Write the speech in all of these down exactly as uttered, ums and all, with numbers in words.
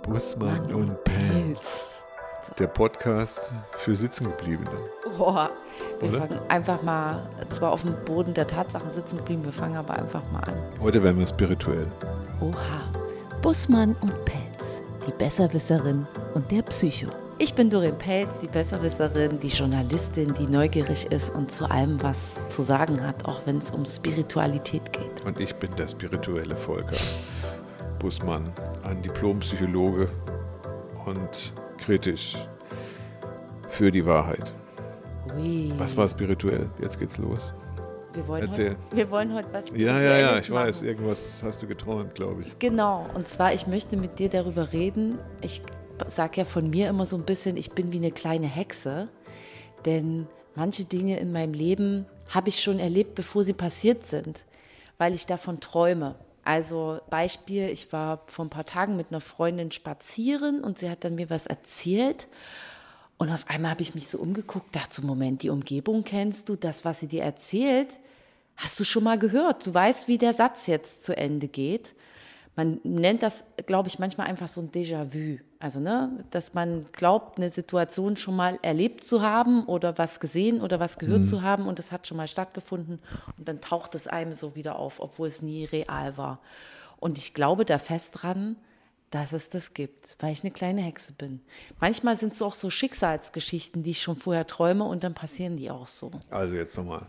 Bussmann Mann und und Pelz. Pelz. So. Der Podcast für Sitzengebliebene. Boah, wir Oder? fangen einfach mal, zwar auf dem Boden der Tatsachen sitzen geblieben, wir fangen aber einfach mal an. Heute werden wir spirituell. Oha, Bussmann und Pelz, die Besserwisserin und der Psycho. Ich bin Doreen Pelz, die Besserwisserin, die Journalistin, die neugierig ist und zu allem was zu sagen hat, auch wenn es um Spiritualität geht. Und ich bin der spirituelle Volker Bussmann, ein Diplompsychologe und kritisch für die Wahrheit. Ui. Was war spirituell? Jetzt geht's los. Wir wollen Erzähl. Heute, wir wollen heute was Ja, ja, ja, ich machen. weiß. Irgendwas hast du geträumt, glaube ich. Genau, und zwar, ich möchte mit dir darüber reden. Ich sage ja von mir immer so ein bisschen, ich bin wie eine kleine Hexe, denn manche Dinge in meinem Leben habe ich schon erlebt, bevor sie passiert sind, weil ich davon träume. Also Beispiel, ich war vor ein paar Tagen mit einer Freundin spazieren und sie hat dann mir was erzählt und auf einmal habe ich mich so umgeguckt, dachte so, Moment, die Umgebung kennst du, das, was sie dir erzählt, hast du schon mal gehört, du weißt, wie der Satz jetzt zu Ende geht. Man nennt das, glaube ich, manchmal einfach so ein Déjà-vu. Also, ne, dass man glaubt, eine Situation schon mal erlebt zu haben oder was gesehen oder was gehört mhm. zu haben und das hat schon mal stattgefunden und dann taucht es einem so wieder auf, obwohl es nie real war. Und ich glaube da fest dran, dass es das gibt, weil ich eine kleine Hexe bin. Manchmal sind es auch so Schicksalsgeschichten, die ich schon vorher träume und dann passieren die auch so. Also jetzt nochmal.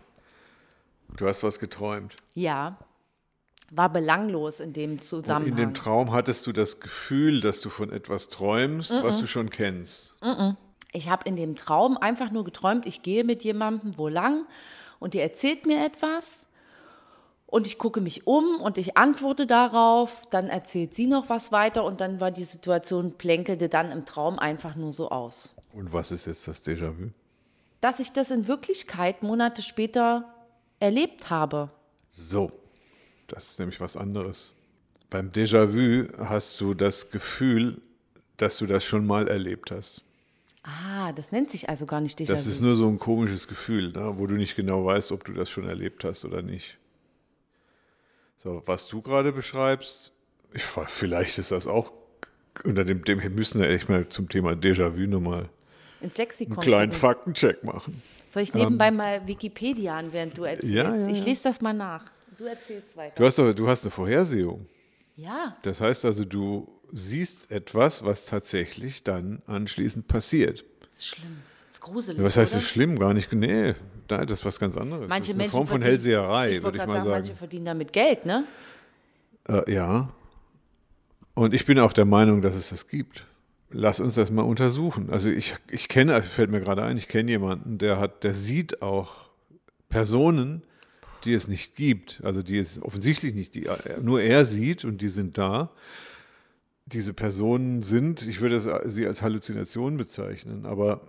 Du hast was geträumt. Ja. War belanglos in dem Zusammenhang. Und in dem Traum hattest du das Gefühl, dass du von etwas träumst, Mm-mm. was du schon kennst. Mm-mm. Ich habe in dem Traum einfach nur geträumt, ich gehe mit jemandem wo lang und die erzählt mir etwas und ich gucke mich um und ich antworte darauf, dann erzählt sie noch was weiter und dann war die Situation, plänkelte dann im Traum einfach nur so aus. Und was ist jetzt das Déjà-vu? Dass ich das in Wirklichkeit Monate später erlebt habe. So. Das ist nämlich was anderes. Beim Déjà-vu hast du das Gefühl, dass du das schon mal erlebt hast. Ah, das nennt sich also gar nicht Déjà-vu. Das ist nur so ein komisches Gefühl, ne, wo du nicht genau weißt, ob du das schon erlebt hast oder nicht. So, was du gerade beschreibst, ich, vielleicht ist das auch, unter dem, dem wir müssen ja echt mal zum Thema Déjà-vu nochmal ins Lexikon einen kleinen gucken. Faktencheck machen. Soll ich nebenbei ähm, mal Wikipedia an, während du erzählst? Ja, ja, ja. Ich lese das mal nach. Du erzählst weiter. Du hast, doch, du hast eine Vorhersehung. Ja. Das heißt also, du siehst etwas, was tatsächlich dann anschließend passiert. Das ist schlimm. Das ist gruselig. Was heißt oder? das schlimm? Gar nicht. Nee, das ist was ganz anderes. Manche das ist eine Menschen Form von verdienen, Hellseherei, ich würde ich mal sagen. sagen. Manche verdienen damit Geld, ne? Äh, ja. Und ich bin auch der Meinung, dass es das gibt. Lass uns das mal untersuchen. Also ich, ich kenne, fällt mir gerade ein, ich kenne jemanden, der hat, der sieht auch Personen, die es nicht gibt, also die es offensichtlich nicht, die nur er sieht und die sind da. Diese Personen sind, ich würde sie als Halluzinationen bezeichnen, aber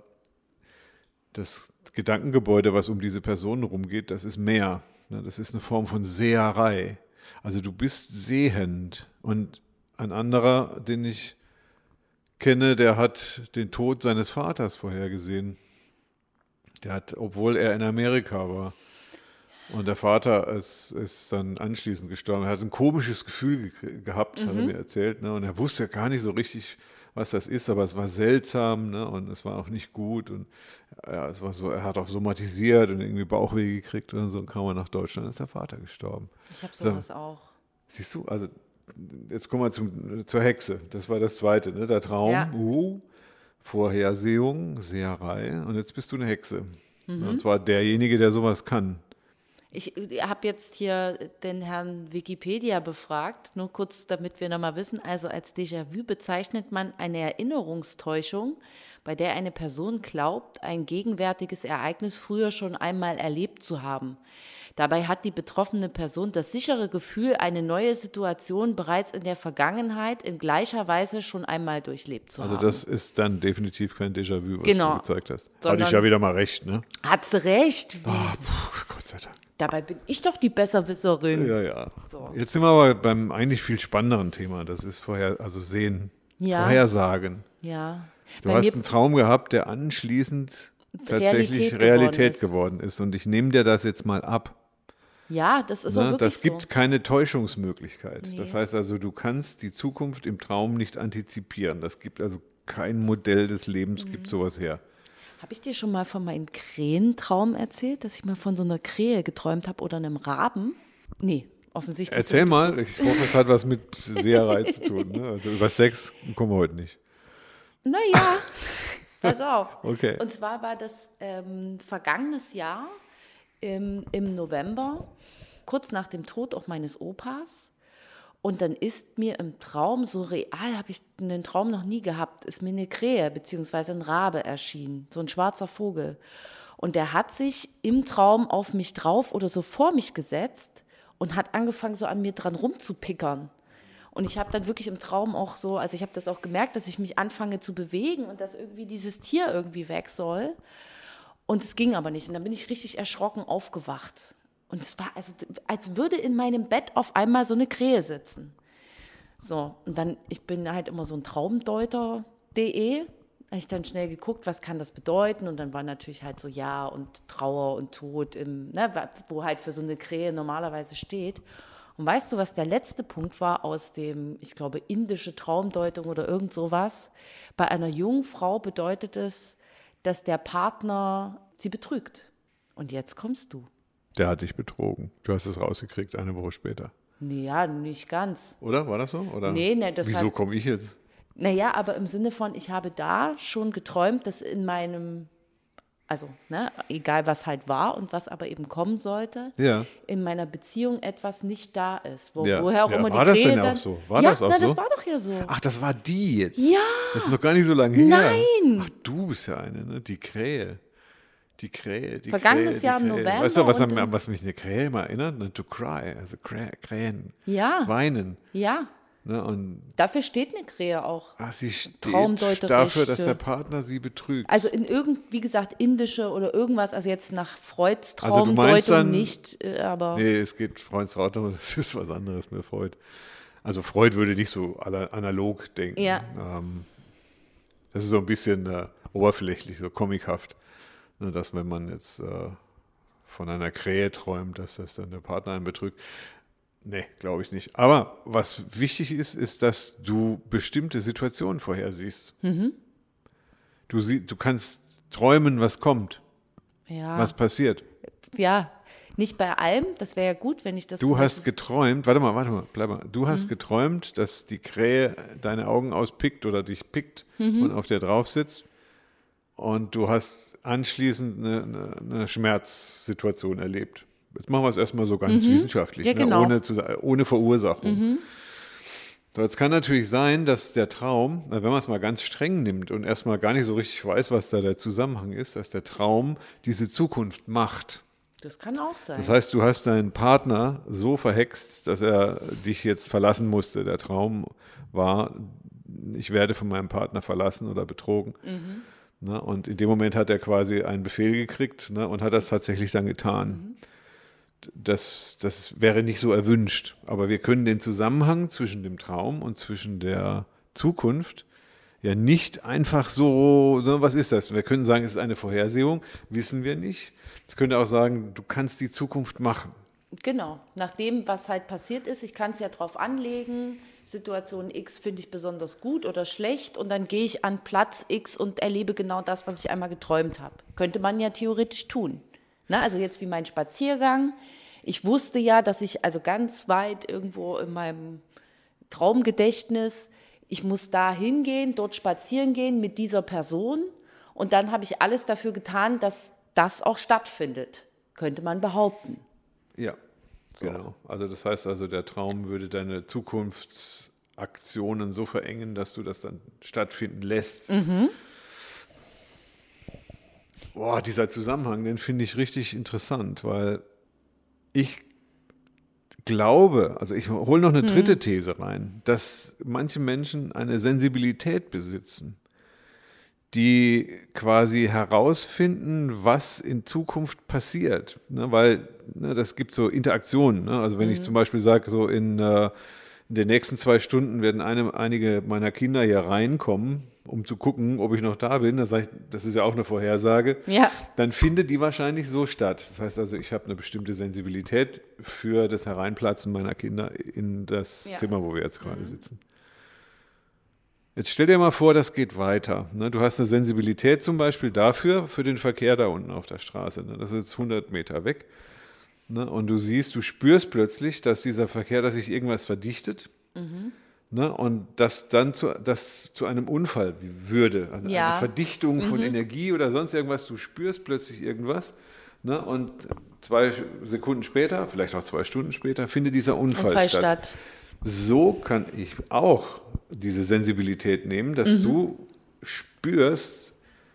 das Gedankengebäude, was um diese Personen rumgeht, das ist mehr. Das ist eine Form von Seherei. Also du bist sehend. Und ein anderer, den ich kenne, der hat den Tod seines Vaters vorhergesehen. Der hat, obwohl er in Amerika war, und der Vater ist, ist dann anschließend gestorben. Er hat ein komisches Gefühl ge- gehabt, mhm. hat er mir erzählt. Ne? Und er wusste gar nicht so richtig, was das ist, aber es war seltsam, ne? Und es war auch nicht gut. Und ja, es war so, er hat auch somatisiert und irgendwie Bauchweh gekriegt und so. Und kam er nach Deutschland, ist der Vater gestorben. Ich habe sowas so, auch. Siehst du, also jetzt kommen wir zum, zur Hexe. Das war das Zweite, ne? Der Traum, ja. uh, Vorhersehung, Seherei. Und jetzt bist du eine Hexe. Mhm. Und zwar derjenige, der sowas kann. Ich habe jetzt hier den Herrn Wikipedia befragt, nur kurz, damit wir nochmal wissen. Also als Déjà-vu bezeichnet man eine Erinnerungstäuschung, bei der eine Person glaubt, ein gegenwärtiges Ereignis früher schon einmal erlebt zu haben. Dabei hat die betroffene Person das sichere Gefühl, eine neue Situation bereits in der Vergangenheit in gleicher Weise schon einmal durchlebt zu also haben. Also das ist dann definitiv kein Déjà-vu, was genau. du gezeigt hast. Sondern, hatte ich ja wieder mal recht, ne? Hat sie recht. Oh, puh, Gott sei Dank. Dabei bin ich doch die Besserwisserin. Ja, ja. So. Jetzt sind wir aber beim eigentlich viel spannenderen Thema. Das ist vorher, also Sehen, ja. Vorhersagen. Ja. Du Bei hast einen Traum gehabt, der anschließend tatsächlich Realität, Realität geworden, geworden ist. Und ich nehme dir das jetzt mal ab. Ja, das ist auch Ne? wirklich Das gibt so. keine Täuschungsmöglichkeit. Nee. Das heißt also, du kannst die Zukunft im Traum nicht antizipieren. Das gibt also kein Modell des Lebens, Mhm. gibt sowas her. Habe ich dir schon mal von meinem Krähentraum erzählt, dass ich mal von so einer Krähe geträumt habe oder einem Raben? Nee, offensichtlich. Erzähl sind- mal, ich hoffe, es hat was mit Seherei zu tun. Ne? Also über Sex kommen wir heute nicht. Naja, pass auf. Okay. Und zwar war das ähm, vergangenes Jahr im, im November, kurz nach dem Tod auch meines Opas. Und dann ist mir im Traum, so real habe ich einen Traum noch nie gehabt, ist mir eine Krähe bzw. ein Rabe erschienen, so ein schwarzer Vogel. Und der hat sich im Traum auf mich drauf oder so vor mich gesetzt und hat angefangen, so an mir dran rumzupickern. Und ich habe dann wirklich im Traum auch so, also ich habe das auch gemerkt, dass ich mich anfange zu bewegen und dass irgendwie dieses Tier irgendwie weg soll. Und es ging aber nicht. Und dann bin ich richtig erschrocken aufgewacht. Und es war, also, als würde in meinem Bett auf einmal so eine Krähe sitzen. So, und dann, ich bin halt immer so ein Traumdeuter punkt de. Habe ich dann schnell geguckt, was kann das bedeuten? Und dann war natürlich halt so Ja und Trauer und Tod, im, ne, wo halt für so eine Krähe normalerweise steht. Und weißt du, was der letzte Punkt war aus dem, ich glaube, indische Traumdeutung oder irgend sowas? Bei einer jungen Frau bedeutet es, dass der Partner sie betrügt. Und jetzt kommst du. Der hat dich betrogen. Du hast es rausgekriegt eine Woche später. Nee, ja, nicht ganz. Oder? War das so? Oder? Nee, nee, das Wieso hat- komme ich jetzt? Naja, aber im Sinne von, ich habe da schon geträumt, dass in meinem, also ne, egal was halt war und was aber eben kommen sollte, Ja. in meiner Beziehung etwas nicht da ist. Wo, Ja, woher auch ja. immer War die das Krähe denn auch dann, so? War ja, das auch na, so? das war doch ja so. Ach, das war die jetzt? Ja. Das ist noch gar nicht so lange her. Nein. Ach, du bist ja eine, ne? Die Krähe. Die Krähe, die Vergangenes Krähe, die Jahr im Krähe. November Weißt du, was, und an, dann- was mich eine Krähe immer erinnert? Ne? To cry, also Krä, Krähen. Ja. Weinen. Ja, Ne? Und dafür steht eine Krähe auch. ach, sie steht Traumdeuterische- dafür, dass der Partner sie betrügt. Also in irgend, wie gesagt, indische oder irgendwas, also jetzt nach Freuds Also du Traumdeutung meinst dann- nicht, äh, aber Nee, es geht Freunds Traum, das ist was anderes mit Freud. Also Freud würde nicht so ala- analog denken. Ja. Ähm, das ist so ein bisschen äh, oberflächlich, so comichaft. Ne, dass wenn man jetzt äh, von einer Krähe träumt, dass das dann der Partner einen betrügt. Nee, glaube ich nicht. Aber was wichtig ist, ist, dass du bestimmte Situationen vorhersiehst. Mhm. Du, sie, du kannst träumen, was kommt, ja, was passiert. ja, nicht bei allem, das wäre ja gut, wenn ich das Du zum hast Beispiel- geträumt, warte mal, warte mal, bleib mal. Du Mhm. hast geträumt, dass die Krähe deine Augen auspickt oder dich pickt Mhm. und auf dir drauf sitzt. Und du hast anschließend eine, eine, eine Schmerzsituation erlebt. Jetzt machen wir es erstmal so ganz wissenschaftlich, Ja, ne? genau. ohne, zu, sa- ohne Verursachung. So, jetzt kann natürlich sein, dass der Traum, na, wenn man es mal ganz streng nimmt und erstmal gar nicht so richtig weiß, was da der Zusammenhang ist, dass der Traum diese Zukunft macht. Das kann auch sein. Das heißt, du hast deinen Partner so verhext, dass er dich jetzt verlassen musste. Der Traum war, ich werde von meinem Partner verlassen oder betrogen. Ne? Und in dem Moment hat er quasi einen Befehl gekriegt, ne? Und hat das tatsächlich dann getan. Das, das wäre nicht so erwünscht. Aber wir können den Zusammenhang zwischen dem Traum und zwischen der Zukunft ja nicht einfach so, so, was ist das? Wir können sagen, es ist eine Vorhersehung, wissen wir nicht. Es könnte auch sagen, du kannst die Zukunft machen. Genau, nach dem, was halt passiert ist, ich kann es ja drauf anlegen, Situation X finde ich besonders gut oder schlecht und dann gehe ich an Platz X und erlebe genau das, was ich einmal geträumt habe. Könnte man ja theoretisch tun. Na, also jetzt wie mein Spaziergang. Ich wusste ja, dass ich also ganz weit irgendwo in meinem Traumgedächtnis, ich muss da hingehen, dort spazieren gehen mit dieser Person und dann habe ich alles dafür getan, dass das auch stattfindet, könnte man behaupten. Ja, genau. Also das heißt also, der Traum würde deine Zukunftsaktionen so verengen, dass du das dann stattfinden lässt. Boah, dieser Zusammenhang, den finde ich richtig interessant, weil ich glaube, also ich hole noch eine dritte These rein, dass manche Menschen eine Sensibilität besitzen, die quasi herausfinden, was in Zukunft passiert. Ne, weil ne, das gibt so Interaktionen. Ne? Also wenn ich zum Beispiel sage, so in, äh, in den nächsten zwei Stunden werden eine, einige meiner Kinder hier reinkommen um zu gucken, ob ich noch da bin, das, ich, das ist ja auch eine Vorhersage, ja. dann findet die wahrscheinlich so statt. Das heißt also, ich habe eine bestimmte Sensibilität für das Hereinplatzen meiner Kinder in das ja. Zimmer, wo wir jetzt gerade mhm. sitzen. Jetzt stell dir mal vor, das geht weiter. Ne? Du hast eine Sensibilität zum Beispiel dafür, für den Verkehr da unten auf der Straße. Ne? Das ist jetzt hundert Meter weg. Ne? Und du siehst, du spürst plötzlich, dass dieser Verkehr, dass sich irgendwas verdichtet. Mhm. Ne? Und das dann zu, das zu einem Unfall würde. Also ja. eine Verdichtung von mhm. Energie oder sonst irgendwas. Du spürst plötzlich irgendwas. Ne? Und zwei Sekunden später, vielleicht auch zwei Stunden später, findet dieser Unfall, Unfall statt. statt. So kann ich auch diese Sensibilität nehmen, dass mhm. du spürst,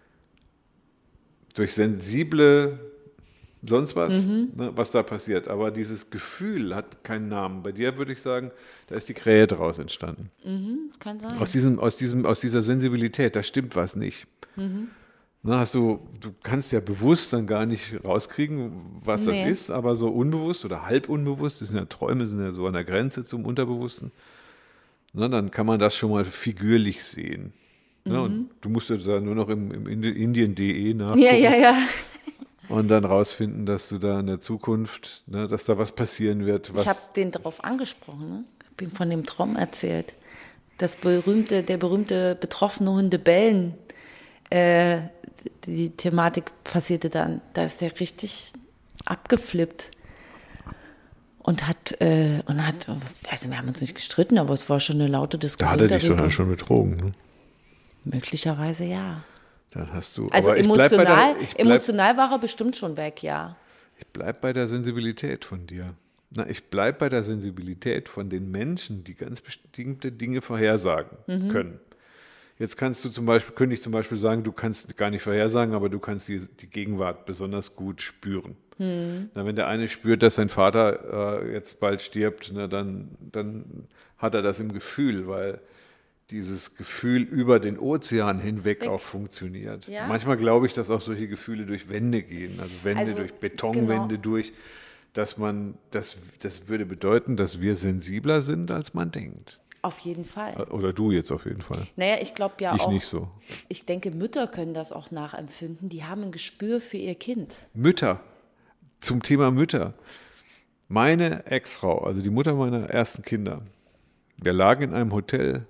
durch sensible sonst was, mhm. ne, was da passiert. Aber dieses Gefühl hat keinen Namen. Bei dir würde ich sagen, da ist die Krähe draus entstanden. Mhm, kann sein. Aus, diesem, aus, diesem, aus dieser Sensibilität, da stimmt was nicht. Mhm. Ne, hast du, du kannst ja bewusst dann gar nicht rauskriegen, was nee. das ist, aber so unbewusst oder halb unbewusst, das sind ja Träume, sind ja so an der Grenze zum Unterbewussten, ne, dann kann man das schon mal figürlich sehen. Ne, mhm. Und du musst ja nur noch im, im Indien punkt de nachgucken. Ja, ja, ja. Und dann rausfinden, dass du da in der Zukunft, ne, dass da was passieren wird. Was ich habe den darauf angesprochen, ne? Ich habe ihm von dem Traum erzählt. Das berühmte, der berühmte betroffene Hunde bellen. Äh, die Thematik passierte dann. Da ist der richtig abgeflippt. Und hat, äh, und hat, also wir haben uns nicht gestritten, aber es war schon eine laute Diskussion. Da hat er dich darüber. schon betrogen, ne? Möglicherweise ja. Dann hast du, also aber emotional, der, bleib, emotional war er bestimmt schon weg, ja. Ich bleibe bei der Sensibilität von dir. Na, ich bleibe bei der Sensibilität von den Menschen, die ganz bestimmte Dinge vorhersagen mhm. können. Jetzt kannst du zum Beispiel, könnte ich zum Beispiel sagen, du kannst gar nicht vorhersagen, aber du kannst die, die Gegenwart besonders gut spüren. Mhm. Na, wenn der eine spürt, dass sein Vater äh, jetzt bald stirbt, na, dann, dann hat er das im Gefühl, weil dieses Gefühl über den Ozean hinweg Weg. auch funktioniert. Ja? Manchmal glaube ich, dass auch solche Gefühle durch Wände gehen, also Wände also, durch Betonwände genau. durch, dass man, das, das würde bedeuten, dass wir sensibler sind, als man denkt. Auf jeden Fall. Oder du jetzt auf jeden Fall. Naja, ich glaube ja ich auch. Ich nicht so. Ich denke, Mütter können das auch nachempfinden. Die haben ein Gespür für ihr Kind. Mütter. Zum Thema Mütter. Meine Ex-Frau, also die Mutter meiner ersten Kinder, wir lagen in einem Hotelzimmer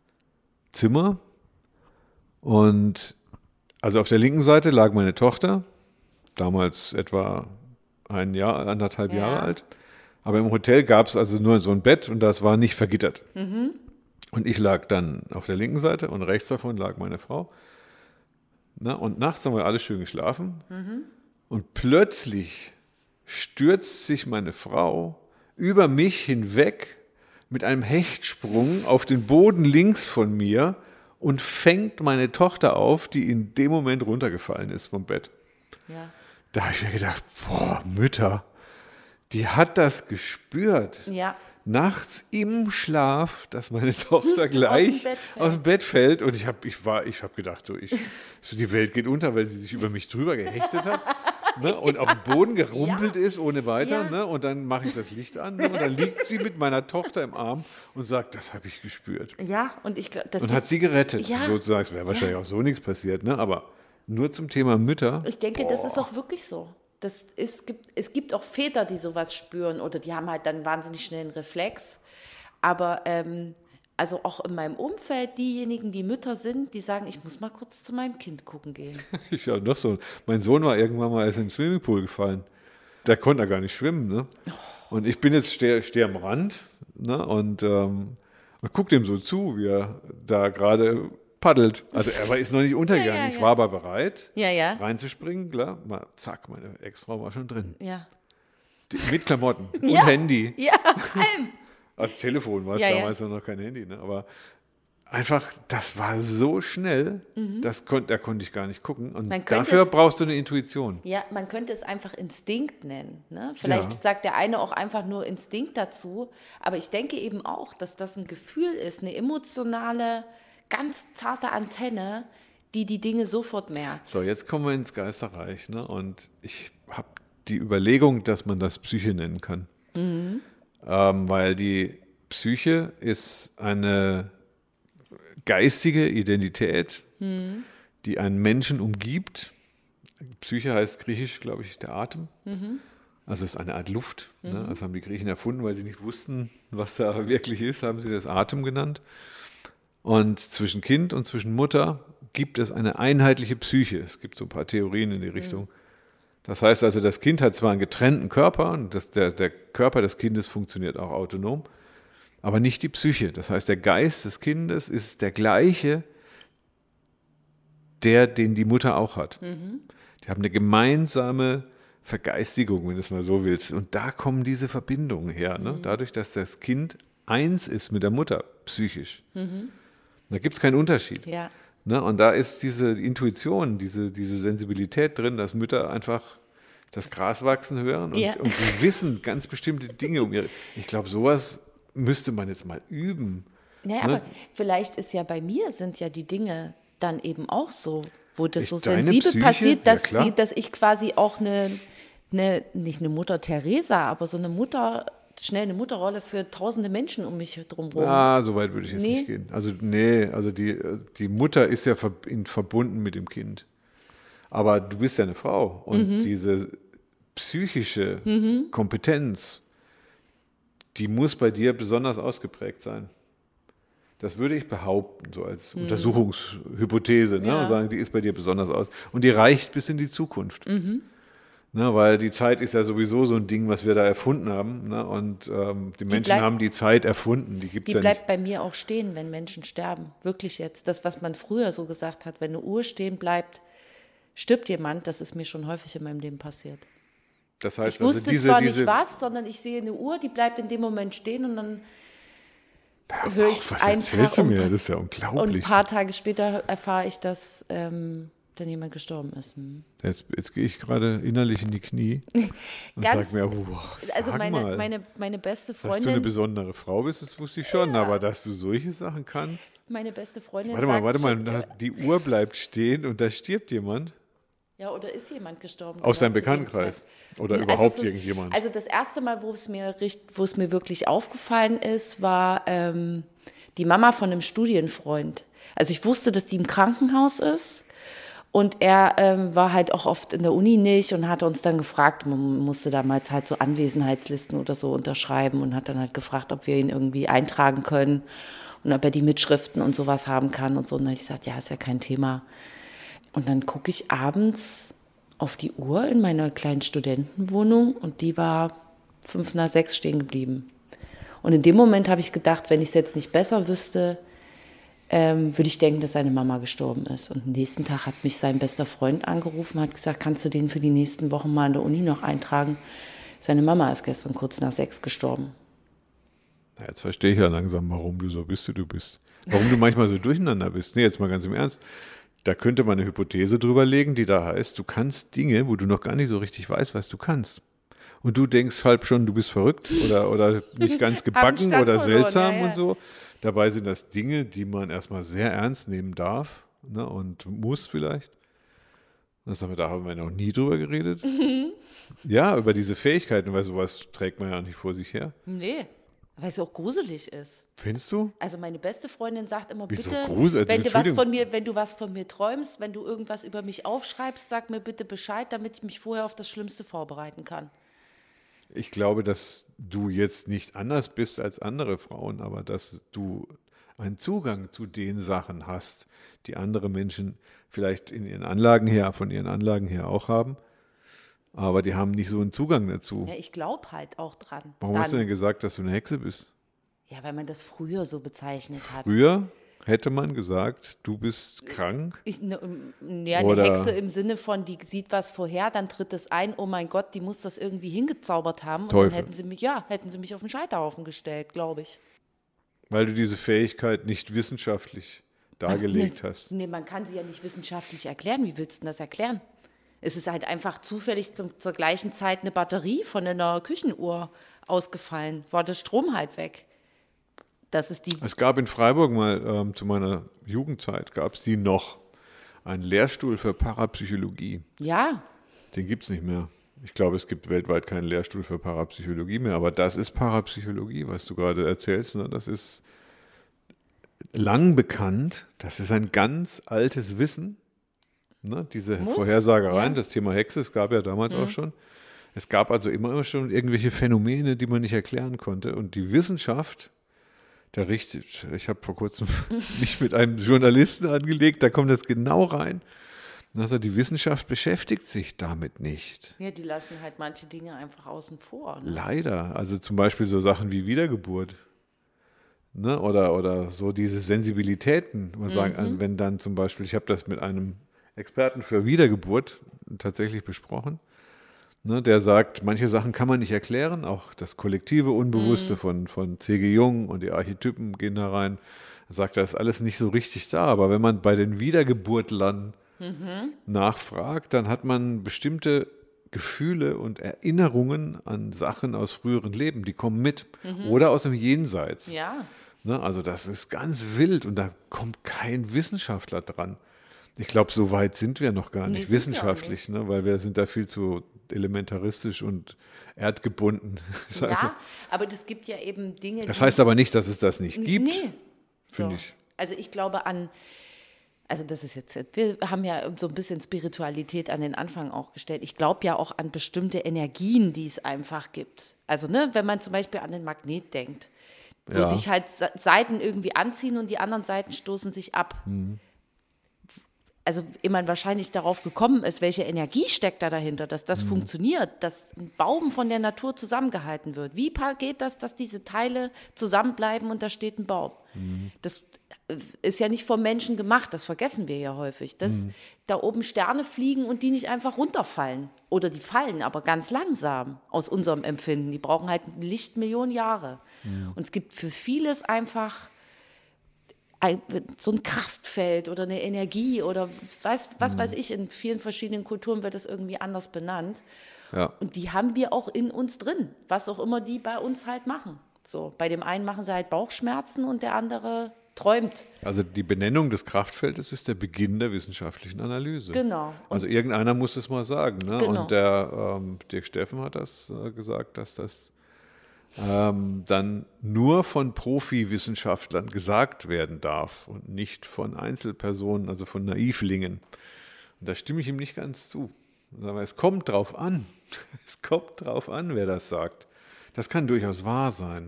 und also auf der linken Seite lag meine Tochter, damals etwa ein Jahr, anderthalb ja. Jahre alt. Aber im Hotel gab es also nur so ein Bett und das war nicht vergittert. Mhm. Und ich lag dann auf der linken Seite und rechts davon lag meine Frau. Na, und nachts haben wir alle schön geschlafen. Mhm. Und plötzlich stürzt sich meine Frau über mich hinweg mit einem Hechtsprung auf den Boden links von mir und fängt meine Tochter auf, die in dem Moment runtergefallen ist vom Bett. Ja. Da habe ich mir gedacht, boah, Mütter. Die hat das gespürt. Ja. Nachts im Schlaf, dass meine Tochter gleich aus dem, aus dem Bett fällt. Und ich habe ich ich hab gedacht, so, ich, so die Welt geht unter, weil sie sich über mich drüber gehechtet hat. Ne, und auf dem Boden gerumpelt ja. ist ohne weiter. Ja. Ne, und dann mache ich das Licht an. Ne, und dann liegt sie mit meiner Tochter im Arm und sagt, das habe ich gespürt. Ja, und ich glaube, das Und hat sie gerettet. Ja. Sozusagen, es wäre wahrscheinlich ja. auch so nichts passiert. Ne, aber nur zum Thema Mütter. Ich denke, boah. Das ist auch wirklich so. Das ist, gibt, es gibt auch Väter, die sowas spüren oder die haben halt dann wahnsinnig schnell einen Reflex. Aber ähm, also auch in meinem Umfeld, diejenigen, die Mütter sind, die sagen, ich muss mal kurz zu meinem Kind gucken gehen. Ich habe noch so, mein Sohn war irgendwann mal erst im Swimmingpool gefallen. Der konnte ja gar nicht schwimmen. Ne? Und ich bin jetzt, stehe steh am Rand, ne? und, ähm, und gucke dem so zu, wie er da gerade paddelt. Also er war, ist noch nicht untergegangen. Ja, ja, ja. Ich war aber bereit, ja, ja. reinzuspringen. Klar, mal, zack, meine Ex-Frau war schon drin. Ja. Die, mit Klamotten und ja. Handy. Ja, allem. Als Telefon war es ja, damals ja. noch kein Handy. Ne? Aber einfach, das war so schnell, mhm. das konnt, da konnte ich gar nicht gucken. Und dafür es, brauchst du eine Intuition. Ja, man könnte es einfach Instinkt nennen. Ne? Vielleicht ja. sagt der eine auch einfach nur Instinkt dazu. Aber ich denke eben auch, dass das ein Gefühl ist, eine emotionale, ganz zarte Antenne, die die Dinge sofort merkt. So, jetzt kommen wir ins Geisterreich. Ne? Und ich habe die Überlegung, dass man das Psyche nennen kann. Mhm. Ähm, weil die Psyche ist eine geistige Identität, Mhm. die einen Menschen umgibt. Psyche heißt griechisch, glaube ich, der Atem. Mhm. Also es ist eine Art Luft. Mhm. Ne? Das haben die Griechen erfunden, weil sie nicht wussten, was da wirklich ist, haben sie das Atem genannt. Und zwischen Kind und zwischen Mutter gibt es eine einheitliche Psyche. Es gibt so ein paar Theorien in die Richtung. Mhm. Das heißt also, das Kind hat zwar einen getrennten Körper, und das, der, der Körper des Kindes funktioniert auch autonom, aber nicht die Psyche. Das heißt, der Geist des Kindes ist der gleiche, der, den die Mutter auch hat. Mhm. Die haben eine gemeinsame Vergeistigung, wenn du es mal so willst. Und da kommen diese Verbindungen her. Ne? Mhm. Dadurch, dass das Kind eins ist mit der Mutter, psychisch. Mhm. Da gibt es keinen Unterschied. Ja. Ne? Und da ist diese Intuition, diese, diese Sensibilität drin, dass Mütter einfach das Gras wachsen hören und, ja. und sie wissen ganz bestimmte Dinge um ihre. Ich glaube, sowas müsste man jetzt mal üben. Ja, ne? Aber vielleicht ist ja bei mir sind ja die Dinge dann eben auch so, wo das ich, so sensibel Psyche? passiert, dass, ja, die, dass ich quasi auch eine, eine, nicht eine Mutter Teresa, aber so eine Mutter, schnell eine Mutterrolle für tausende Menschen um mich drumherum. Ah, so weit würde ich jetzt nee. nicht gehen. Also nee, also die, die Mutter ist ja verbunden mit dem Kind. Aber du bist ja eine Frau und mhm. diese psychische mhm. Kompetenz, die muss bei dir besonders ausgeprägt sein. Das würde ich behaupten, so als mhm. Untersuchungshypothese, ne? Ja. Und sagen, die ist bei dir besonders aus. Und die reicht bis in die Zukunft. Mhm. Ne, weil die Zeit ist ja sowieso so ein Ding, was wir da erfunden haben. Ne? Und ähm, die, die Menschen bleib, haben die Zeit erfunden. Die gibt's die ja bleibt nicht. Bei mir auch stehen, wenn Menschen sterben. Wirklich jetzt. Das, was man früher so gesagt hat, wenn eine Uhr stehen bleibt, stirbt jemand, das ist mir schon häufig in meinem Leben passiert. Das heißt, ich wusste also diese, zwar diese, nicht was, sondern ich sehe eine Uhr, die bleibt in dem Moment stehen und dann ja, höre ich was einen erzählst Tag du mir? Und, das ist ja unglaublich. Und ein paar Tage später erfahre ich, dass ähm, dann jemand gestorben ist. Hm. Jetzt, jetzt gehe ich gerade innerlich in die Knie und Ganz, sage mir, oh, sag also meine, mal, meine, meine beste Freundin. dass du eine besondere Frau bist, das wusste ich schon, ja. aber dass du solche Sachen kannst. Meine beste Freundin. Warte mal, warte mal, schon, die Uhr bleibt stehen und da stirbt jemand. Ja, oder ist jemand gestorben? Aus deinem Bekanntenkreis? Oder also überhaupt so, irgendjemand? Also das erste Mal, wo es mir, wo es mir wirklich aufgefallen ist, war ähm, die Mama von einem Studienfreund. Also ich wusste, dass die im Krankenhaus ist und er ähm, war halt auch oft in der Uni nicht und hat uns dann gefragt, man musste damals halt so Anwesenheitslisten oder so unterschreiben und hat dann halt gefragt, ob wir ihn irgendwie eintragen können und ob er die Mitschriften und sowas haben kann und so. Und dann habe ich gesagt, ja, ist ja kein Thema. Und dann gucke ich abends auf die Uhr in meiner kleinen Studentenwohnung und die war fünf nach sechs stehen geblieben. Und in dem Moment habe ich gedacht, wenn ich es jetzt nicht besser wüsste, ähm, würde ich denken, dass seine Mama gestorben ist. Und am nächsten Tag hat mich sein bester Freund angerufen, hat gesagt, kannst du den für die nächsten Wochen mal in der Uni noch eintragen? Seine Mama ist gestern kurz nach sechs gestorben. Na, jetzt verstehe ich ja langsam, warum du so bist, wie du bist. Warum du manchmal so durcheinander bist. Nee, jetzt mal ganz im Ernst. Da könnte man eine Hypothese drüber legen, die da heißt, du kannst Dinge, wo du noch gar nicht so richtig weißt, was du kannst. Und du denkst halb schon, du bist verrückt oder, oder nicht ganz gebacken oder seltsam ja, ja. und so. Dabei sind das Dinge, die man erstmal sehr ernst nehmen darf, ne, und muss vielleicht. Das haben wir, da haben wir noch nie drüber geredet. Mhm. Ja, über diese Fähigkeiten, weil sowas trägt man ja nicht vor sich her. Nee. Weil es auch gruselig ist. Findest du? Also meine beste Freundin sagt immer, Wieso bitte, gruselig? wenn du was von mir, wenn du was von mir träumst, wenn du irgendwas über mich aufschreibst, sag mir bitte Bescheid, damit ich mich vorher auf das Schlimmste vorbereiten kann. Ich glaube, dass du jetzt nicht anders bist als andere Frauen, aber dass du einen Zugang zu den Sachen hast, die andere Menschen vielleicht in ihren Anlagen her, von ihren Anlagen her auch haben. Aber die haben nicht so einen Zugang dazu. Ja, ich glaube halt auch dran. Warum Dann, hast du denn gesagt, dass du eine Hexe bist? Ja, weil man das früher so bezeichnet hat. Früher hätte man gesagt, du bist krank? Ich, ne, ja, eine Oder Hexe im Sinne von, die sieht was vorher, dann tritt es ein, oh mein Gott, die muss das irgendwie hingezaubert haben. Teufel. Und dann hätten sie mich, ja, hätten sie mich auf den Scheiterhaufen gestellt, glaube ich. Weil du diese Fähigkeit nicht wissenschaftlich dargelegt man, hast. Nee, man kann sie ja nicht wissenschaftlich erklären. Wie willst du denn das erklären? Es ist halt einfach zufällig zum, zur gleichen Zeit eine Batterie von einer Küchenuhr ausgefallen. War der Strom halt weg. Das ist die. Es gab in Freiburg mal ähm, zu meiner Jugendzeit, gab es die noch, einen Lehrstuhl für Parapsychologie. Ja. Den gibt es nicht mehr. Ich glaube, es gibt weltweit keinen Lehrstuhl für Parapsychologie mehr, aber das ist Parapsychologie, was du gerade erzählst. Ne? Das ist lang bekannt, das ist ein ganz altes Wissen, ne? Diese Muss, Vorhersagereien, ja. das Thema Hexe, es gab ja damals mhm. auch schon. Es gab also immer schon irgendwelche Phänomene, die man nicht erklären konnte. Und die Wissenschaft, da richtet, ich habe vor kurzem mich mit einem Journalisten angelegt, da kommt das genau rein. Also die Wissenschaft beschäftigt sich damit nicht. Ja, die lassen halt manche Dinge einfach außen vor. Ne? Leider. Also zum Beispiel so Sachen wie Wiedergeburt. Ne? Oder, oder so diese Sensibilitäten. Man mhm. sagen, wenn dann zum Beispiel, ich habe das mit einem Experten für Wiedergeburt tatsächlich besprochen, ne, der sagt, manche Sachen kann man nicht erklären, auch das kollektive Unbewusste mhm. von, von C G. Jung und die Archetypen gehen da rein. Er sagt, da ist alles nicht so richtig da, aber wenn man bei den Wiedergeburtlern mhm. nachfragt, dann hat man bestimmte Gefühle und Erinnerungen an Sachen aus früheren Leben, die kommen mit mhm. oder aus dem Jenseits. Ja. Ne, also das ist ganz wild und da kommt kein Wissenschaftler dran. Ich glaube, so weit sind wir noch gar nicht nee, wissenschaftlich, nicht. Ne, weil wir sind da viel zu elementaristisch und erdgebunden. Ja, aber das gibt ja eben Dinge. Das heißt aber nicht, dass es das nicht gibt. Nee. Finde so. ich. Also ich glaube an, also das ist jetzt, wir haben ja so ein bisschen Spiritualität an den Anfang auch gestellt. Ich glaube ja auch an bestimmte Energien, die es einfach gibt. Also ne, wenn man zum Beispiel an den Magnet denkt, wo ja. sich halt Seiten irgendwie anziehen und die anderen Seiten stoßen sich ab. Mhm. Also immer wahrscheinlich darauf gekommen ist, welche Energie steckt da dahinter, dass das mhm. funktioniert, dass ein Baum von der Natur zusammengehalten wird. Wie geht das, dass diese Teile zusammenbleiben und da steht ein Baum? Mhm. Das ist ja nicht vom Menschen gemacht, das vergessen wir ja häufig, dass mhm. da oben Sterne fliegen und die nicht einfach runterfallen. Oder die fallen, aber ganz langsam aus unserem Empfinden. Die brauchen halt Lichtmillionen Jahre. Mhm. Und es gibt für vieles einfach so ein Kraftfeld oder eine Energie oder weiß, was mhm. weiß ich, in vielen verschiedenen Kulturen wird das irgendwie anders benannt. Ja. Und die haben wir auch in uns drin, was auch immer die bei uns halt machen. So, bei dem einen machen sie halt Bauchschmerzen und der andere träumt. Also die Benennung des Kraftfeldes ist der Beginn der wissenschaftlichen Analyse. Genau. Und also irgendeiner muss es mal sagen. Ne? Genau. Und der ähm, Dirk Steffen hat das äh, gesagt, dass das ähm, dann nur von Profi-Wissenschaftlern gesagt werden darf und nicht von Einzelpersonen, also von Naivlingen. Und da stimme ich ihm nicht ganz zu. Aber es kommt drauf an. Es kommt drauf an, wer das sagt. Das kann durchaus wahr sein.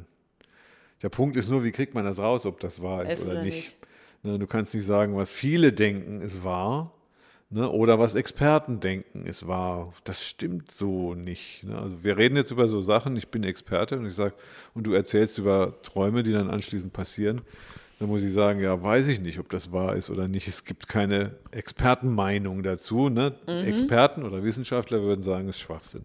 Der Punkt ist nur, wie kriegt man das raus, ob das wahr ist oder, oder nicht. nicht. Ne, du kannst nicht sagen, was viele denken, ist wahr, ne, oder was Experten denken, ist wahr. Das stimmt so nicht. Ne? Also wir reden jetzt über so Sachen, ich bin Experte und ich sage, und du erzählst über Träume, die dann anschließend passieren. Dann muss ich sagen, ja, weiß ich nicht, ob das wahr ist oder nicht. Es gibt keine Expertenmeinung dazu. Ne? Mhm. Experten oder Wissenschaftler würden sagen, es ist Schwachsinn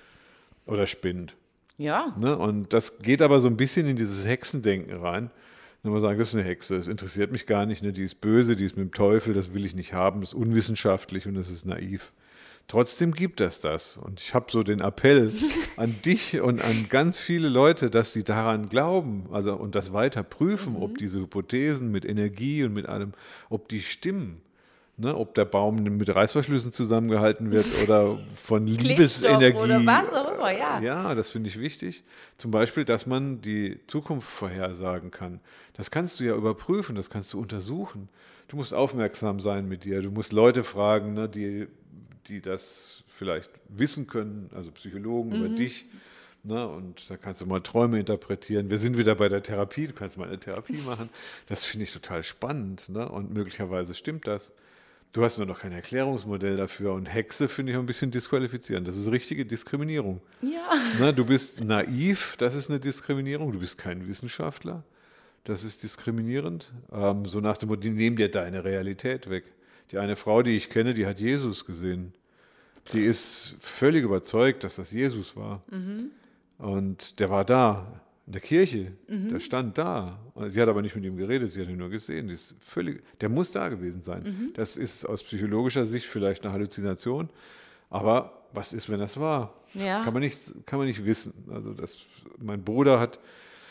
oder spinnt. Ja. Ne? Und das geht aber so ein bisschen in dieses Hexendenken rein. Wenn man sagt, das ist eine Hexe, das interessiert mich gar nicht, ne? Die ist böse, die ist mit dem Teufel, das will ich nicht haben, das ist unwissenschaftlich und das ist naiv. Trotzdem gibt es das. Und ich habe so den Appell an dich und an ganz viele Leute, dass sie daran glauben, also und das weiter prüfen, mhm. ob diese Hypothesen mit Energie und mit allem, ob die stimmen. Ne, ob der Baum mit Reißverschlüssen zusammengehalten wird oder von Liebesenergie. Oder was auch immer, ja. Ja, das finde ich wichtig. Zum Beispiel, dass man die Zukunft vorhersagen kann. Das kannst du ja überprüfen, das kannst du untersuchen. Du musst aufmerksam sein mit dir. Du musst Leute fragen, ne, die, die das vielleicht wissen können, also Psychologen mhm. über dich. Ne, und da kannst du mal Träume interpretieren. Wir sind wieder bei der Therapie, du kannst mal eine Therapie machen. Das finde ich total spannend. Ne, und möglicherweise stimmt das. Du hast nur noch kein Erklärungsmodell dafür. Und Hexe finde ich ein bisschen disqualifizierend. Das ist richtige Diskriminierung. Ja. Na, du bist naiv, das ist eine Diskriminierung. Du bist kein Wissenschaftler, das ist diskriminierend. Ähm, so nach dem Motto, die nehmen dir deine Realität weg. Die eine Frau, die ich kenne, die hat Jesus gesehen. Die ist völlig überzeugt, dass das Jesus war. Mhm. Und der war da. In der Kirche, mhm. der stand da. Sie hat aber nicht mit ihm geredet, sie hat ihn nur gesehen. Die ist völlig, der muss da gewesen sein. Mhm. Das ist aus psychologischer Sicht vielleicht eine Halluzination. Aber was ist, wenn das war? Ja. Kann man nicht, kann man nicht wissen. Also das, mein Bruder hat,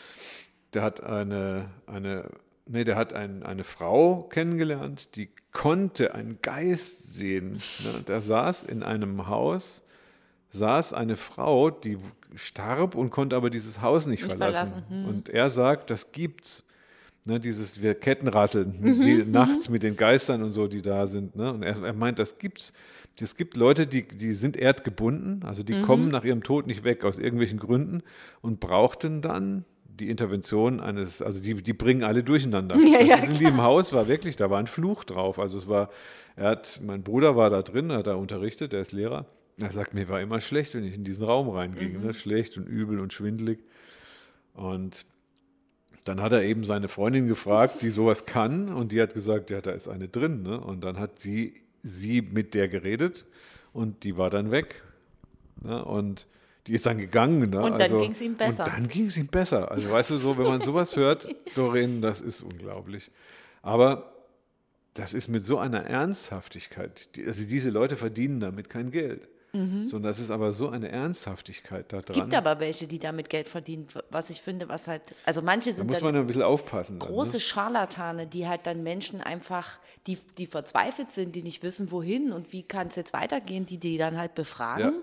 der hat eine, eine, nee, der hat ein, eine Frau kennengelernt, die konnte einen Geist sehen. Ne? Da saß in einem Haus, saß eine Frau, die starb und konnte aber dieses Haus nicht, nicht verlassen. verlassen. Hm. Und er sagt, das gibt's. Ne, dieses wir Kettenrasseln die, nachts mit den Geistern und so, die da sind. Ne? Und er, er meint, das gibt's. Es gibt Leute, die, die sind erdgebunden, also die mhm. kommen nach ihrem Tod nicht weg aus irgendwelchen Gründen und brauchten dann die Intervention eines, also die, die bringen alle durcheinander. Ja, das ja, ist in dem Haus war wirklich, da war ein Fluch drauf. Also es war, er hat, mein Bruder war da drin, hat da unterrichtet, der ist Lehrer. Er sagt, mir war immer schlecht, wenn ich in diesen Raum reinging, mhm. ne? Schlecht und übel und schwindelig. Und dann hat er eben seine Freundin gefragt, die sowas kann, und die hat gesagt, ja, da ist eine drin. Ne? Und dann hat sie, sie mit der geredet und die war dann weg. Ne? Und die ist dann gegangen. Ne? Und dann also, ging es ihm besser. Und dann ging es ihm besser. Also weißt du, so, wenn man sowas hört, Doreen, das ist unglaublich. Aber das ist mit so einer Ernsthaftigkeit. Die, also diese Leute verdienen damit kein Geld. Mhm. Sondern das ist aber so eine Ernsthaftigkeit da dran. Gibt aber welche, die damit Geld verdienen, was ich finde, was halt, also manche sind da muss man dann ein bisschen aufpassen. große dann, ne? Scharlatane, die halt dann Menschen einfach, die, die verzweifelt sind, die nicht wissen, wohin und wie kann es jetzt weitergehen, die die dann halt befragen. Ja.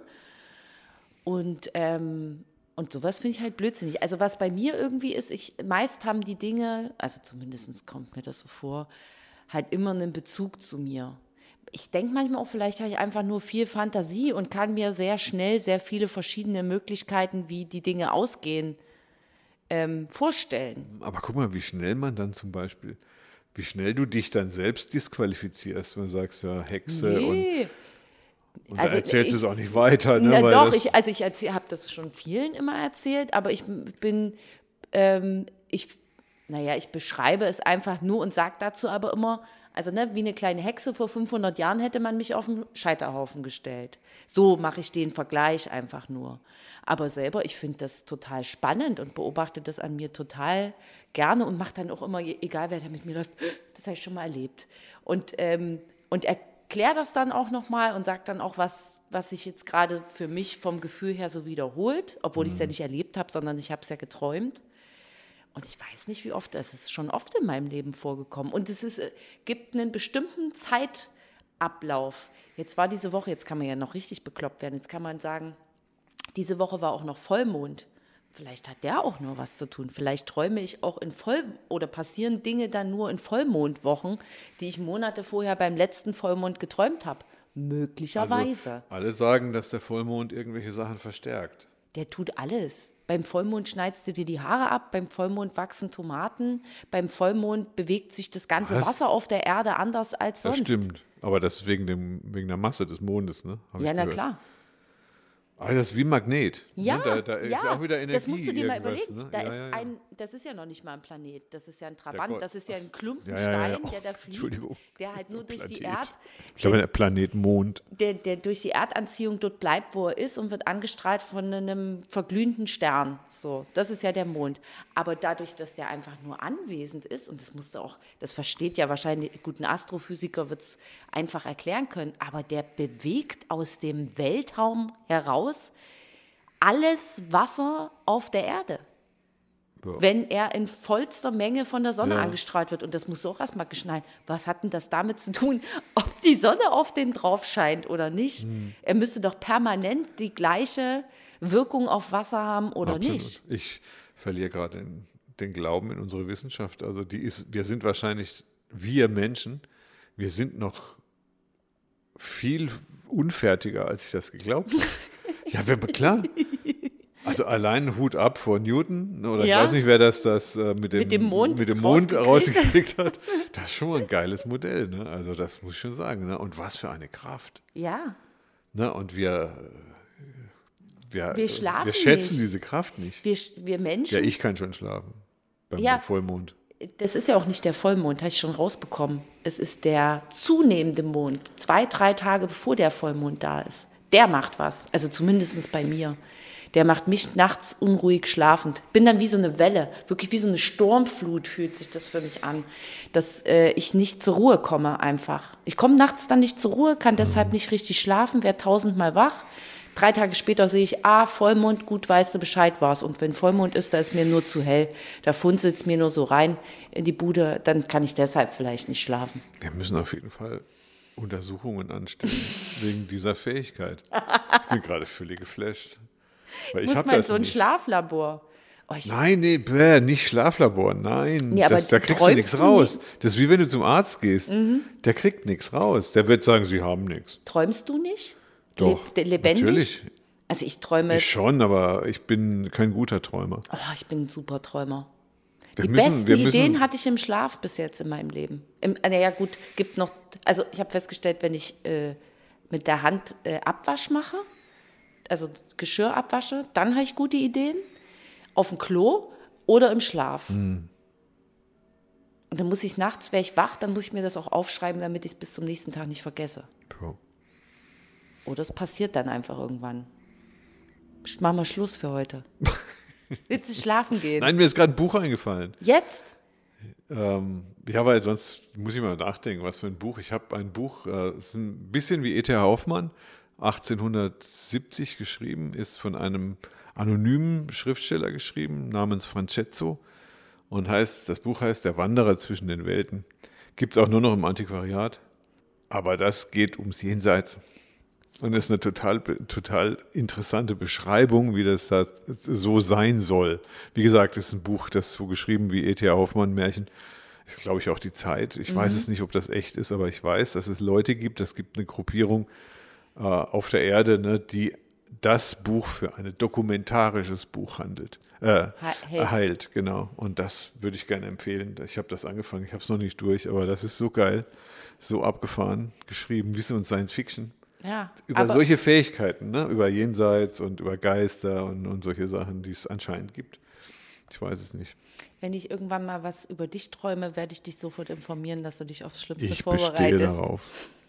Und, ähm, und sowas finde ich halt blödsinnig. Also was bei mir irgendwie ist, ich, meist haben die Dinge, also zumindest kommt mir das so vor, halt immer einen Bezug zu mir. Ich denke manchmal auch, vielleicht habe ich einfach nur viel Fantasie und kann mir sehr schnell sehr viele verschiedene Möglichkeiten, wie die Dinge ausgehen, ähm, vorstellen. Aber guck mal, wie schnell man dann zum Beispiel, wie schnell du dich dann selbst disqualifizierst, wenn du sagst, ja, Hexe nee. und, und also da erzählst du ich, es auch nicht weiter. Ne, na weil doch, das ich, also ich habe das schon vielen immer erzählt, aber ich bin, ähm, ich, naja, ich beschreibe es einfach nur und sage dazu aber immer, also ne, wie eine kleine Hexe vor fünfhundert Jahren hätte man mich auf den Scheiterhaufen gestellt. So mache ich den Vergleich einfach nur. Aber selber, ich finde das total spannend und beobachte das an mir total gerne und mache dann auch immer, egal wer da mit mir läuft, das habe ich schon mal erlebt. Und, ähm, und erkläre das dann auch nochmal und sage dann auch, was, was sich jetzt gerade für mich vom Gefühl her so wiederholt, obwohl mhm. ich es ja nicht erlebt habe, sondern ich habe es ja geträumt. Und ich weiß nicht, wie oft, es ist schon oft in meinem Leben vorgekommen. Und es ist, gibt einen bestimmten Zeitablauf. Jetzt war diese Woche, jetzt kann man ja noch richtig bekloppt werden, jetzt kann man sagen, diese Woche war auch noch Vollmond. Vielleicht hat der auch nur was zu tun. Vielleicht träume ich auch in Voll- oder passieren Dinge dann nur in Vollmondwochen, die ich Monate vorher beim letzten Vollmond geträumt habe. Möglicherweise. Also, alle sagen, dass der Vollmond irgendwelche Sachen verstärkt. Der tut alles. Beim Vollmond schneidest du dir die Haare ab, beim Vollmond wachsen Tomaten, beim Vollmond bewegt sich das ganze Was? Wasser auf der Erde anders als sonst. Das stimmt, aber das ist wegen, dem, wegen der Masse des Mondes, ne? Hab ja, ich na gehört. klar. Aber das ist wie ein Magnet. Ja, ne? da, da ist ja, auch wieder Energie. das musst du dir mal überlegen. Ne? Da ja, ist ja, ja. ein, das ist ja noch nicht mal ein Planet, das ist ja ein Trabant, Gott, das ist ja ein Klumpen ja, ja, ja. Stein, Oh, der da fliegt, Entschuldigung. der halt nur durch Planet. die Erd... Ich glaube, der Planet Mond. Der, der durch die Erdanziehung dort bleibt, wo er ist und wird angestrahlt von einem verglühenden Stern. So, das ist ja der Mond. Aber dadurch, dass der einfach nur anwesend ist, und das musst du auch, das versteht ja wahrscheinlich, gut, ein Astrophysiker wird es einfach erklären können, aber der bewegt aus dem Weltraum heraus alles Wasser auf der Erde. Ja. Wenn er in vollster Menge von der Sonne ja. angestrahlt wird. Und das musst du auch erstmal geschnallt. Was hat denn das damit zu tun, ob die Sonne auf den drauf scheint oder nicht? Hm. Er müsste doch permanent die gleiche Wirkung auf Wasser haben oder Absolut. nicht. Ich verliere gerade den, den Glauben in unsere Wissenschaft. Also die ist, wir sind wahrscheinlich, wir Menschen, wir sind noch viel unfertiger, als ich das geglaubt habe. Ja, klar. Also allein Hut ab vor Newton, oder ja. ich weiß nicht, wer das, das äh, mit, dem, mit dem Mond, mit dem Mond rausgekriegt hat. Das ist schon mal ein geiles Modell, ne? Also das muss ich schon sagen. Ne? Und was für eine Kraft. Ja. Ne? Und wir, wir, wir, schlafen wir schätzen nicht. diese Kraft nicht. Wir, wir Menschen. Ja, ich kann schon schlafen beim ja. Vollmond. Das ist ja auch nicht der Vollmond, habe ich schon rausbekommen. Es ist der zunehmende Mond, zwei, drei Tage bevor der Vollmond da ist. Der macht was, also zumindest bei mir. Der macht mich nachts unruhig schlafend. Bin dann wie so eine Welle, wirklich wie so eine Sturmflut fühlt sich das für mich an, dass äh, ich nicht zur Ruhe komme einfach. Ich komme nachts dann nicht zur Ruhe, kann deshalb nicht richtig schlafen, werde tausendmal wach. Drei Tage später sehe ich, ah, Vollmond, gut, weißt du, Bescheid war's. Und wenn Vollmond ist, da ist mir nur zu hell. Da funzelt es mir nur so rein in die Bude, dann kann ich deshalb vielleicht nicht schlafen. Wir müssen auf jeden Fall Untersuchungen anstellen, wegen dieser Fähigkeit. Ich bin gerade völlig geflasht. Weil ich Muss hab man in das so ein nicht. Schlaflabor. Oh, ich, Nein, nee, bäh, nicht Schlaflabor, nein. Nee, aber das, da kriegst du träumst nichts du raus. Das ist wie wenn du zum Arzt gehst. Der kriegt nichts raus. Der wird sagen, sie haben nichts. träumst du nicht? Doch, Leb, lebendig? natürlich. Also ich träume, Ich schon, aber ich bin kein guter Träumer. oh, ich bin ein super Träumer. Wir Die müssen- besten wir müssen- Ideen hatte ich im Schlaf bis jetzt in meinem Leben. Im, äh, ja gut, gibt noch, also ich habe festgestellt, wenn ich äh, mit der Hand äh, Abwasch mache, also Geschirr abwasche, dann habe ich gute Ideen. Auf dem Klo oder im Schlaf. Hm. Und dann muss ich nachts, wäre ich wach, dann muss ich mir das auch aufschreiben, damit ich es bis zum nächsten Tag nicht vergesse. Ja. Oder es passiert dann einfach irgendwann. Machen wir Schluss für heute. Willst du schlafen gehen? Nein, mir ist gerade ein Buch eingefallen. Jetzt? Ähm, ja, weil sonst muss ich mal nachdenken, was für ein Buch. Ich habe ein Buch, äh, es ist ein bisschen wie E T Hoffmann, achtzehnhundertsiebzig geschrieben, ist von einem anonymen Schriftsteller geschrieben, namens Francesco. Und heißt, das Buch heißt Der Wanderer zwischen den Welten. Gibt es auch nur noch im Antiquariat. Aber das geht ums Jenseits. Und ist eine total, total interessante Beschreibung, wie das da so sein soll. Wie gesagt, es ist ein Buch, das so geschrieben wie E T Hoffmann Märchen. Ist, glaube ich, auch die Zeit. Ich mhm. weiß es nicht, ob das echt ist, aber ich weiß, dass es Leute gibt, es gibt eine Gruppierung äh, auf der Erde, ne, die das Buch für ein dokumentarisches Buch handelt. Äh, Hey. heilt, genau. Und das würde ich gerne empfehlen. Ich habe das angefangen, ich habe es noch nicht durch, aber das ist so geil, so abgefahren geschrieben, wie so ein Science-Fiction. Ja, Über aber solche Fähigkeiten, ne? Über Jenseits und über Geister und, und solche Sachen, die es anscheinend gibt. Ich weiß es nicht. wenn ich irgendwann mal was über dich träume, werde ich dich sofort informieren, dass du dich aufs Schlimmste Ich bestehe vorbereitest. darauf.